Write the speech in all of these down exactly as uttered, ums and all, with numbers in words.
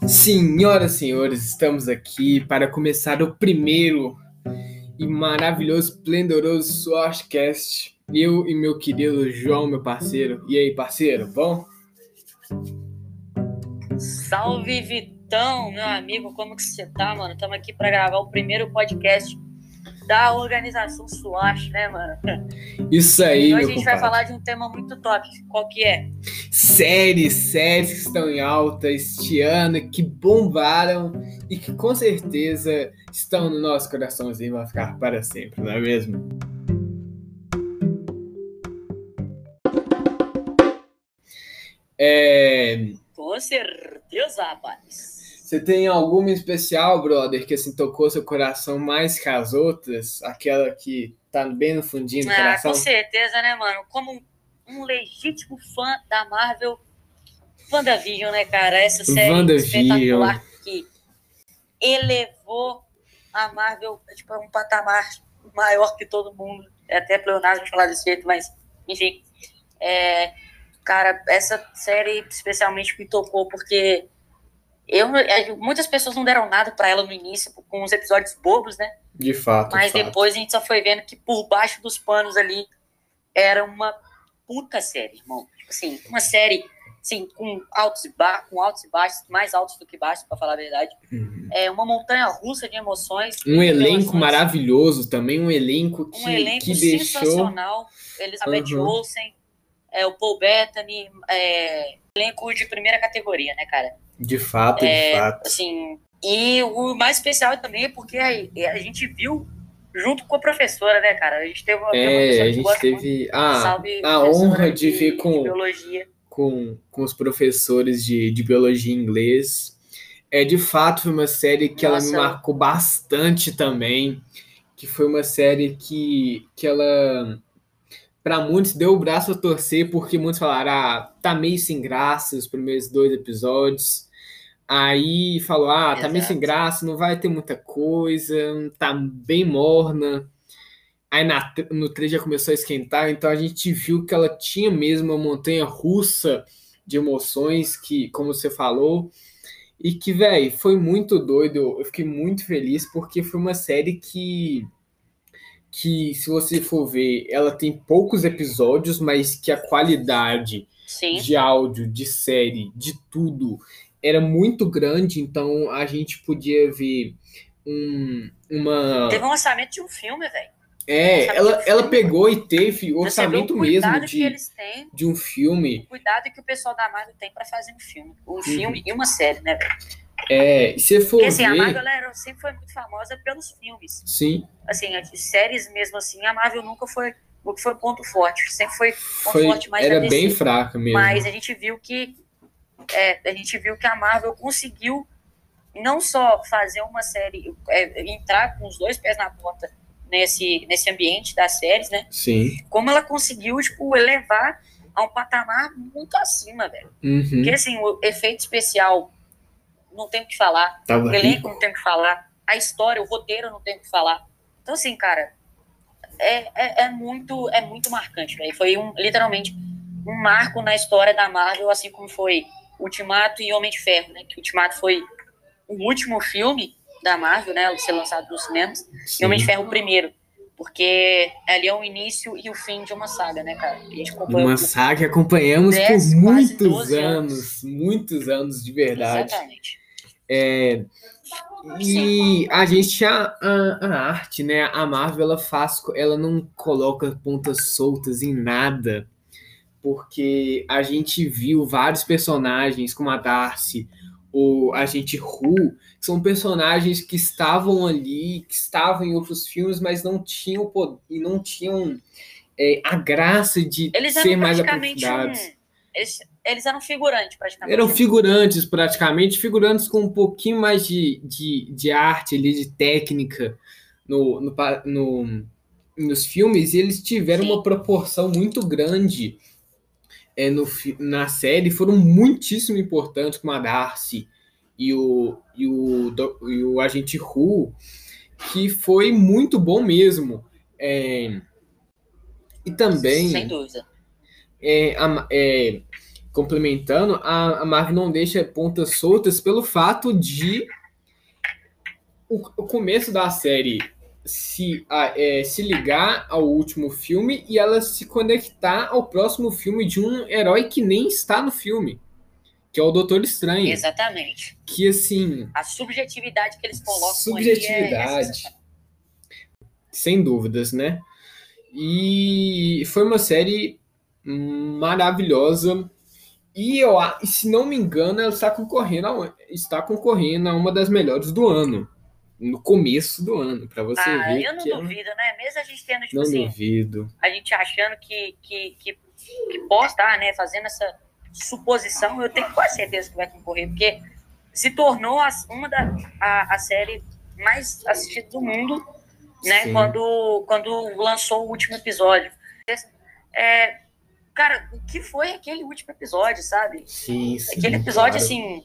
Senhoras e senhores, estamos aqui para começar o primeiro e maravilhoso, esplendoroso Swashcast. Eu e meu querido João, meu parceiro. E aí, parceiro, bom? Salve, Vitão, meu amigo, como que você tá, mano? Estamos aqui para gravar o primeiro podcast da organização Swash, né, mano? Isso aí, e meu hoje a gente vai compadre. falar de um tema muito top. Qual que é? Séries, séries que estão em alta este ano, que bombaram e que com certeza estão no nosso coraçãozinho e vão ficar para sempre, não é mesmo? É... Com certeza, rapaz. Você tem alguma especial, brother, que assim tocou seu coração mais que as outras? Aquela que tá bem no fundinho do Ah, coração? com certeza, né, mano? Como um legítimo fã da Marvel, WandaVision, né, cara? Essa série WandaVision. espetacular que elevou a Marvel tipo, a um patamar maior que todo mundo. É até pleonasmo falar desse jeito, mas, enfim. É, cara, essa série especialmente me tocou porque eu, muitas pessoas não deram nada pra ela no início, com os episódios bobos, né? De fato, Mas de fato. depois a gente só foi vendo que por baixo dos panos ali era uma puta série, irmão. Tipo assim, uma série assim, com altos e baixos, com altos e baixos, mais altos do que baixos, pra falar a verdade. Uhum. É uma montanha russa de emoções. Um elenco relações. maravilhoso também, um elenco que, um elenco que deixou... sensacional. Elizabeth Uhum. Olsen, é, o Paul Bettany, é, elenco de primeira categoria, né, cara? De fato, É, de fato. Assim, e o mais especial também é porque a, a gente viu junto com a professora, né, cara? A gente teve uma, tem uma É, pessoa a que gente gosta teve muito, a, salve, a professora honra de ver de com, biologia. com, com os professores de, de biologia em inglês. É, de fato, foi uma série que ela me Nossa, marcou bastante também, que foi uma série que, que ela, para muitos, deu o braço a torcer, porque muitos falaram, ah, tá meio sem graça os primeiros dois episódios. Aí falou, ah, tá meio sem exato. graça, não vai ter muita coisa, tá bem morna. Aí na, no três já começou a esquentar, então a gente viu que ela tinha mesmo uma montanha russa de emoções, que, como você falou, e que, velho, foi muito doido. Eu fiquei muito feliz porque foi uma série que, que, se você for ver, ela tem poucos episódios, mas que a qualidade Sim. de áudio, de série, de tudo, era muito grande. Então a gente podia ver um, uma. Teve um orçamento de um filme, velho. É, ela, ela pegou e teve orçamento o mesmo cuidado que de, eles têm, de um filme. o cuidado que o pessoal da Marvel tem pra fazer um filme. Um filme e uma série, né, velho? É, se for Porque assim, a ver. Marvel ela era- sempre foi muito famosa pelos filmes. Sim, Assim, as séries mesmo assim, a Marvel nunca foi, nunca foi ponto forte. Sempre foi ponto foi, forte mais da era D C. bem fraca mesmo. Mas a gente viu que é, a gente viu que a Marvel conseguiu não só fazer uma série, é, entrar com os dois pés na porta nesse, nesse ambiente das séries, né? Sim. Como ela conseguiu, tipo, elevar a um patamar muito acima, velho. Uhum. Porque, assim, o efeito especial não tem o que falar. Tava o elenco rico. não tem o que falar. A história, o roteiro não tem o que falar. Então, assim, cara, é, é, é muito, é muito marcante, velho. Foi, um, literalmente, um marco na história da Marvel, assim como foi Ultimato e Homem de Ferro, né? Que Ultimato foi o último filme da Marvel, né? A ser lançado nos cinemas. Sim. E Homem de Ferro o primeiro. Porque ali é o início e o fim de uma saga, né, cara? A gente acompanhou Uma saga que acompanhamos dez, por quase muitos doze anos, anos. muitos anos de verdade. Exatamente. É, e a gente, a, a, a arte, né? A Marvel, ela faz, ela não coloca pontas soltas em nada, porque a gente viu vários personagens, como a Darcy, o Agente Who, que são personagens que estavam ali, que estavam em outros filmes, mas não tinham e não tinham é, a graça de Eles ser eram mais praticamente aprofundados. um... Eles, eles eram figurantes, praticamente. Eram figurantes, praticamente, figurantes com um pouquinho mais de, de, de arte ali, de técnica no, no, no, nos filmes, e eles tiveram Sim. uma proporção muito grande é, no, na série, foram muitíssimo importantes, como a Darcy e o, e o, e o Agente Who, que foi muito bom mesmo. É, e também... Sem dúvida. É, é, complementando, a, a Marvel não deixa pontas soltas pelo fato de o, o começo da série se, a, é, se ligar ao último filme e ela se conectar ao próximo filme de um herói que nem está no filme, que é o Doutor Estranho. Exatamente. Que, assim... A subjetividade que eles colocam subjetividade, ali é... sem dúvidas, né? E foi uma série maravilhosa. E eu, se não me engano, ela está concorrendo a, está concorrendo a uma das melhores do ano. No começo do ano, para você ah, ver. Eu não que duvido, ela... né? Mesmo a gente tendo, tipo não assim... duvido. A gente achando que, que, que, que pode estar, né? Fazendo essa suposição, eu tenho quase certeza que vai concorrer, porque se tornou as, uma da a, a série mais assistida do mundo, né? Quando, quando lançou o último episódio. É, cara, o que foi aquele último episódio, sabe? Sim, sim, aquele episódio, claro. assim...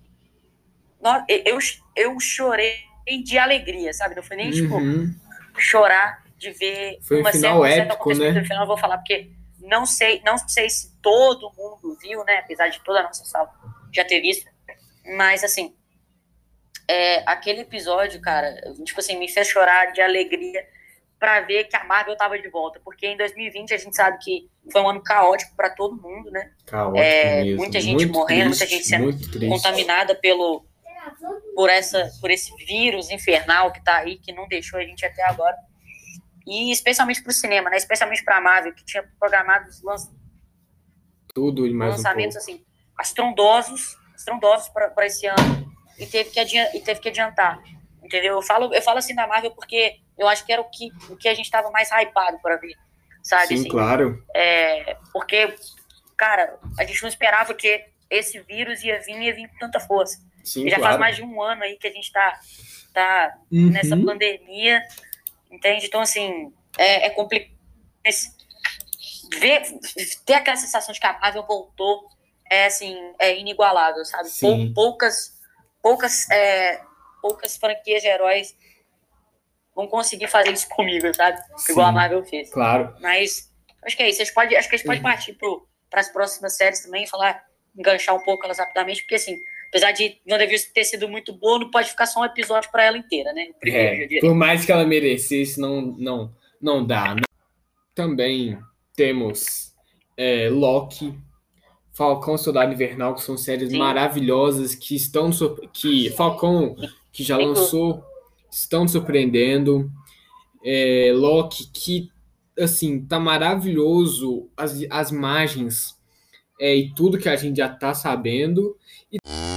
Eu, eu chorei de alegria, sabe? Não foi nem, uhum. tipo, chorar de ver foi uma um final série, épico, né? No final eu vou falar, porque não sei, não sei se todo mundo viu, né? Apesar de toda a nossa sala já ter visto. Mas, assim, é, aquele episódio, cara, tipo assim, me fez chorar de alegria pra ver que a Marvel tava de volta. Porque em dois mil e vinte a gente sabe que foi um ano caótico pra todo mundo, né? Caótico é, mesmo. Muita gente muito morrendo, triste, muita gente sendo contaminada pelo, por, essa, por esse vírus infernal que tá aí, que não deixou a gente até agora. E especialmente pro cinema, né? Especialmente pra Marvel, que tinha programado os lanç... Tudo e mais lançamentos um assim, estrondosos, estrondosos para esse ano, e teve, que adiantar, e teve que adiantar. Entendeu? Eu falo, eu falo assim da Marvel porque eu acho que era o que, o que a gente tava mais hypado para ver, sabe? Sim, assim, claro. É, porque, cara, a gente não esperava que esse vírus ia vir e ia vir com tanta força. Sim, e já claro. faz mais de um ano aí que a gente tá, tá uhum. nessa pandemia, entende? Então, assim, é, é complicado. Ver, ter aquela sensação de que a Marvel voltou é, assim, é inigualável, sabe? Pou, poucas, poucas, é, poucas franquias de heróis vão conseguir fazer isso comigo, sabe? Sim, igual a Marvel fez. Claro. Mas acho que é isso. A gente pode, acho que a gente pode uhum. partir para as próximas séries também, falar, enganchar um pouco elas rapidamente, porque assim, apesar de WandaVision ter sido muito boa, não pode ficar só um episódio para ela inteira, né? Primeiro, é, por mais que ela merecesse, não, não, não dá. Né? Também temos é, Loki, Falcão, Soldado Invernal, que são séries Sim. maravilhosas que estão que Falcão que já lançou estão surpreendendo. É, Loki que assim tá maravilhoso as, as imagens é, e tudo que a gente já tá sabendo. E...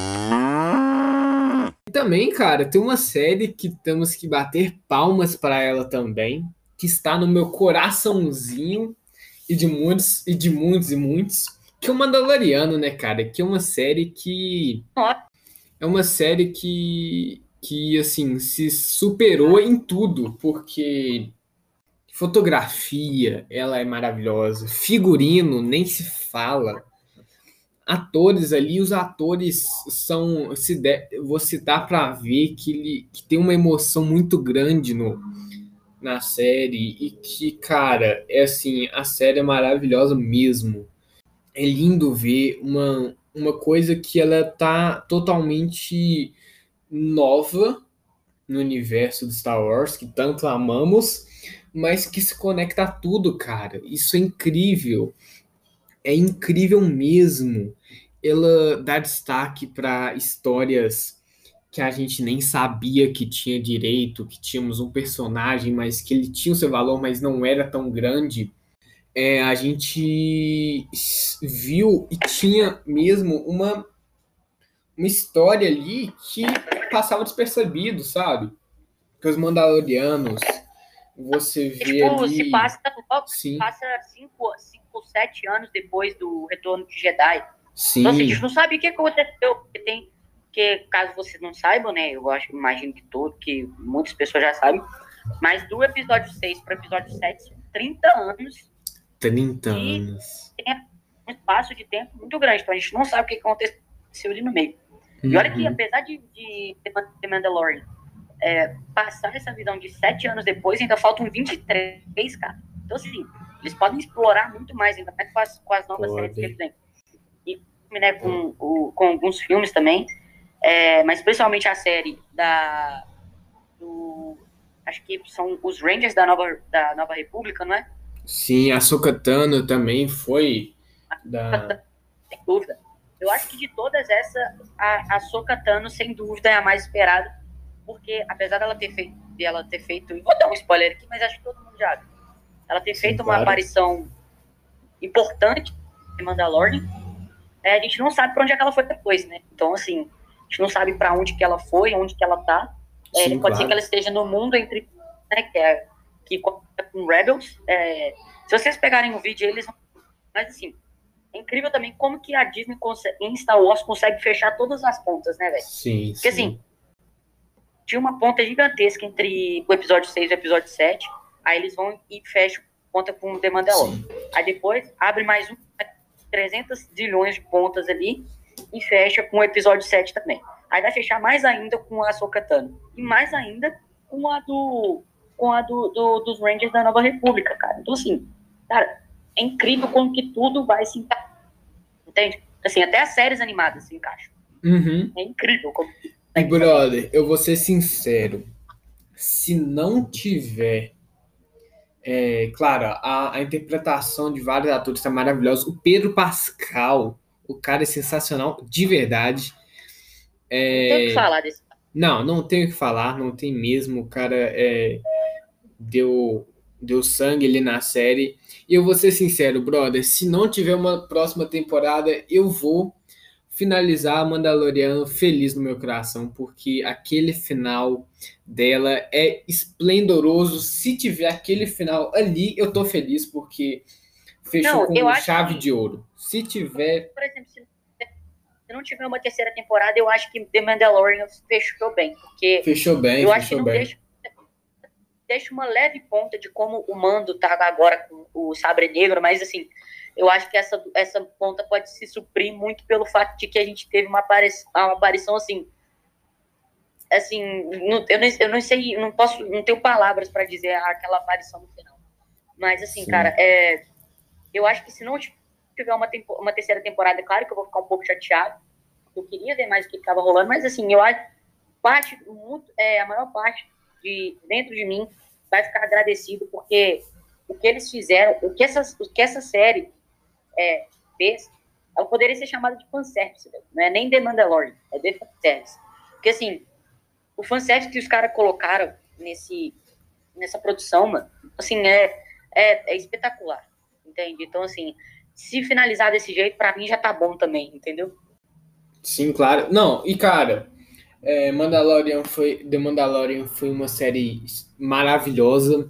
e também, cara, tem uma série que temos que bater palmas para ela também, que está no meu coraçãozinho e de muitos e de muitos e muitos, que é o Mandaloriano, né, cara? Que é uma série que é uma série que que assim se superou em tudo, porque fotografia, ela é maravilhosa, figurino nem se fala. Atores ali, os atores são, se der, você dá para ver que ele que tem uma emoção muito grande no na série e que, cara, é assim, a série é maravilhosa mesmo. É lindo ver uma, uma coisa que ela tá totalmente nova no universo de Star Wars, que tanto amamos, mas que se conecta a tudo, cara. Isso é incrível. É incrível mesmo. Ela dá destaque para histórias que a gente nem sabia que tinha direito, que tínhamos um personagem, mas que ele tinha o seu valor, mas não era tão grande. É, a gente viu e tinha mesmo uma, uma história ali que passava despercebido, sabe? Que os Mandalorianos, você vê tipo, ali... Se passa, Sim. passa cinco, cinco, sete anos depois do Retorno de Jedi. Sim. Então, assim, a gente não sabe o que aconteceu, porque tem... que caso vocês não saibam, né, eu acho, imagino que todo, que muitas pessoas já sabem, mas do episódio seis para o episódio sete, trinta anos. trinta anos. Tem um espaço de tempo muito grande, então a gente não sabe o que aconteceu ali no meio. Uhum. E olha que, apesar de, de The Mandalorian é, passar essa visão de sete anos depois, ainda faltam vinte e três, cara. Então, assim, eles podem explorar muito mais, ainda mais com as, com as novas Pode. séries que eles têm. E né, com, o, com alguns filmes também, é, mas principalmente a série da... Do, acho que são os Rangers da Nova, da Nova República, não é? Sim, a Ahsoka Tano também foi da... Sem dúvida. Eu acho que de todas essas, a Ahsoka Tano, sem dúvida, é a mais esperada, porque apesar dela ter feito, dela ter feito, vou dar um spoiler aqui, mas acho que todo mundo já viu, ela ter Sim, feito uma claro. aparição importante em Mandalorian, é, a gente não sabe para onde é que ela foi depois, né? Então, assim, a gente não sabe para onde que ela foi, onde que ela tá. É, Sim, pode claro. ser que ela esteja no mundo entre, né, que é que com Rebels. É, se vocês pegarem o vídeo, eles, mas assim, é incrível também como que a Disney consegue, em Star Wars consegue fechar todas as pontas, né, velho? Sim, Porque sim. assim, tinha uma ponta gigantesca entre o episódio seis e o episódio sete, aí eles vão e fecham ponta com The Mandalorian. Sim. Aí depois abre mais um, trezentos zilhões de pontas ali e fecha com o episódio sete também. Aí vai fechar mais ainda com a Ahsoka Tano. E mais ainda com a do com a do, do, dos Rangers da Nova República, cara. Então, assim, cara, é incrível como que tudo vai se encaixar. Entende? Assim, até as séries animadas se encaixam. Uhum. É incrível como... E, brother, eu vou ser sincero. Se não tiver... É, claro, a, a interpretação de vários atores está maravilhosa. O Pedro Pascal, o cara é sensacional, de verdade. É... Não tem o que falar desse. Não, não tenho o que falar, não tem mesmo. O cara é, deu, deu sangue ali na série. E eu vou ser sincero, brother, se não tiver uma próxima temporada, eu vou finalizar Mandaloriano feliz no meu coração, porque aquele final dela é esplendoroso. Se tiver aquele final ali, eu tô feliz, porque fechou Não, com eu acho chave que- de ouro. Se tiver... Por exemplo, se se não tiver uma terceira temporada, eu acho que The Mandalorian fechou bem, porque Fechou bem, eu acho que fechou não bem. deixa, deixa uma leve ponta de como o Mando tá agora com o Sabre Negro, mas assim, eu acho que essa, essa ponta pode se suprir muito pelo fato de que a gente teve uma aparição, uma aparição assim, assim, não, eu, não, eu não sei, não posso, não tenho palavras para dizer aquela aparição no final, mas assim, Sim. cara, é, eu acho que se não tiver uma, tempo, uma terceira temporada, é claro que eu vou ficar um pouco chateado, eu queria ver mais o que estava rolando, mas assim, eu acho parte muito, é, a maior parte de dentro de mim vai ficar agradecido, porque o que eles fizeram, o que essa, o que essa série é, fez, ela poderia ser chamada de fanservice, não é nem The Mandalorian, é The Fanservice. Porque assim, o fanservice que os caras colocaram nesse, nessa produção, mano, assim, é, é, é espetacular, entende? Então, assim, se finalizar desse jeito, pra mim já tá bom também, entendeu? Sim, claro. Não, e cara, é, Mandalorian foi, The Mandalorian foi uma série maravilhosa.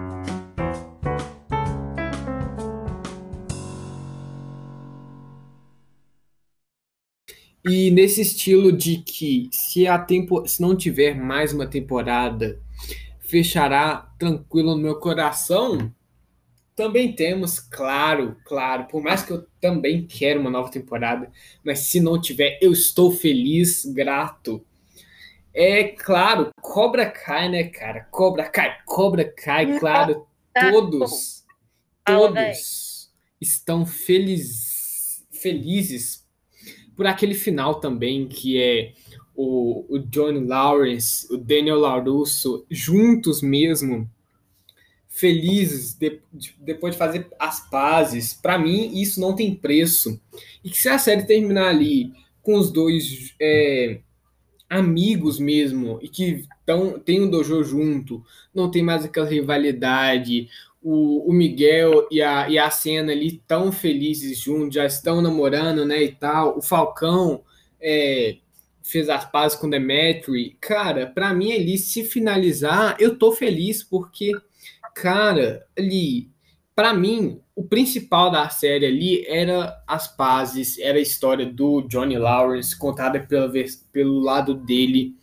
E nesse estilo de que se a tempo, se não tiver mais uma temporada, fechará tranquilo no meu coração. Também temos, claro, claro, por mais que eu também quero uma nova temporada, mas se não tiver, eu estou feliz, grato. É claro, Cobra Kai, né, cara? Cobra Kai, Cobra Kai, claro, todos, todos estão feliz, felizes por aquele final também, que é o, o Johnny Lawrence, o Daniel LaRusso, juntos mesmo, felizes de, de, depois de fazer as pazes. Para mim, isso não tem preço. E que se a série terminar ali com os dois é, amigos mesmo, e que tão, tem o dojo junto, não tem mais aquela rivalidade, o, o Miguel e a, e a Cena ali tão felizes juntos, já estão namorando, né, e tal, o Falcão é, fez as pazes com Demetri, cara, pra mim ali, se finalizar, eu tô feliz, porque, cara, ali, pra mim, o principal da série ali era as pazes, era a história do Johnny Lawrence, contada pela, pelo lado dele,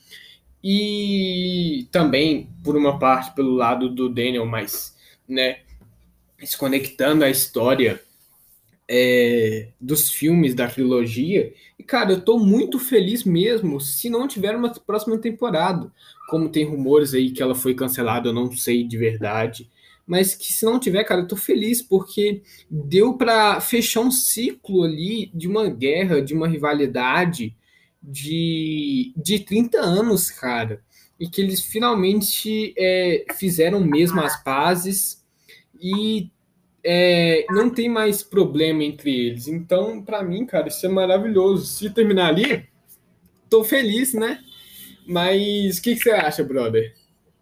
e também, por uma parte, pelo lado do Daniel, mas, né, se conectando a história é, dos filmes da trilogia. E, cara, eu tô muito feliz mesmo se não tiver uma próxima temporada. Como tem rumores aí que ela foi cancelada, eu não sei de verdade. mas que se não tiver, cara, eu tô feliz, porque deu pra fechar um ciclo ali de uma guerra, de uma rivalidade de, de trinta anos, cara. E que eles finalmente é, fizeram mesmo as pazes e é, não tem mais problema entre eles. Então, pra mim, cara, isso é maravilhoso. Se terminar ali, tô feliz, né? Mas o que, que você acha, brother?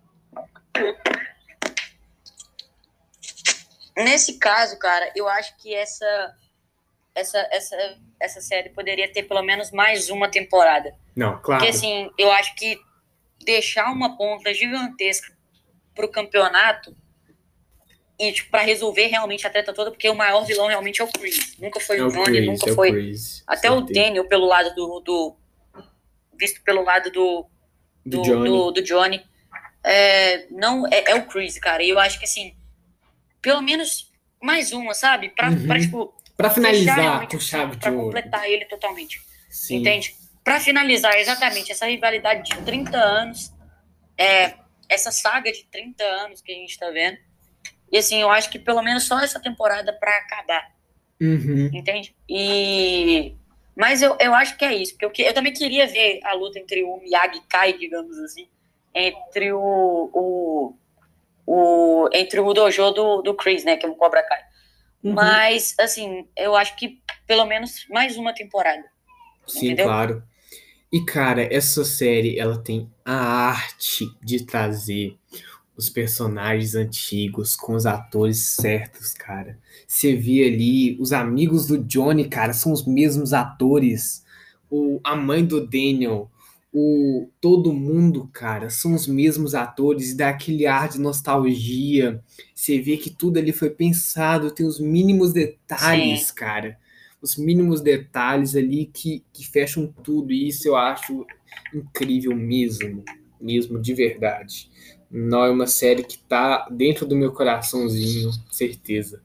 Nesse caso, cara, eu acho que essa, essa, essa, essa série poderia ter pelo menos mais uma temporada. Não, Porque, claro. assim, eu acho que deixar uma ponta gigantesca pro campeonato e, tipo, pra resolver realmente a treta toda, porque o maior vilão realmente é o Chris. Nunca foi É o o Johnny, Chris, nunca é o foi... Chris, Até o certeza. Daniel, pelo lado do... do visto pelo lado do... Do do, Johnny. do, do Johnny. É, não, é, é o Chris, cara. E eu acho que, assim, pelo menos mais uma, sabe? Pra, Uhum. pra tipo, Pra fechar finalizar realmente com o chave ciclo, de pra ouro. completar ele totalmente. Sim. Entende? Pra finalizar, exatamente, essa rivalidade de trinta anos, é, essa saga de trinta anos que a gente tá vendo. E, assim, eu acho que pelo menos só essa temporada pra acabar. Uhum. Entende? E... Mas eu, eu acho que é isso. Porque eu, eu também queria ver a luta entre o Miyagi e Kai, digamos assim. Entre o... o, o entre o dojo do, do Chris, né? Que é o Cobra Kai. Uhum. Mas, assim, eu acho que pelo menos mais uma temporada. Sim, Entendeu? claro. E, cara, essa série, ela tem a arte de trazer os personagens antigos com os atores certos, cara. Você vê ali, os amigos do Johnny, cara, são os mesmos atores. O, a mãe do Daniel, o todo mundo, cara, são os mesmos atores, e dá aquele ar de nostalgia. Você vê que tudo ali foi pensado, tem os mínimos detalhes, Sim. cara. Os mínimos detalhes ali que, que fecham tudo, e isso eu acho incrível mesmo, mesmo de verdade. Não, é uma série que tá dentro do meu coraçãozinho, certeza.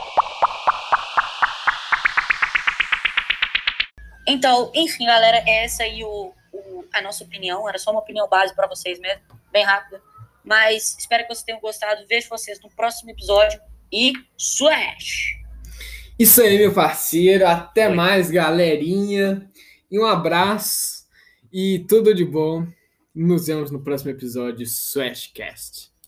Então, enfim, galera, essa aí o, o, a nossa opinião. Era só uma opinião base para vocês mesmo, bem rápida. Mas espero que vocês tenham gostado. Vejo vocês no próximo episódio. E Swash! Isso aí, meu parceiro. Até Oi. mais, galerinha. E um abraço. E tudo de bom. Nos vemos no próximo episódio Swashcast.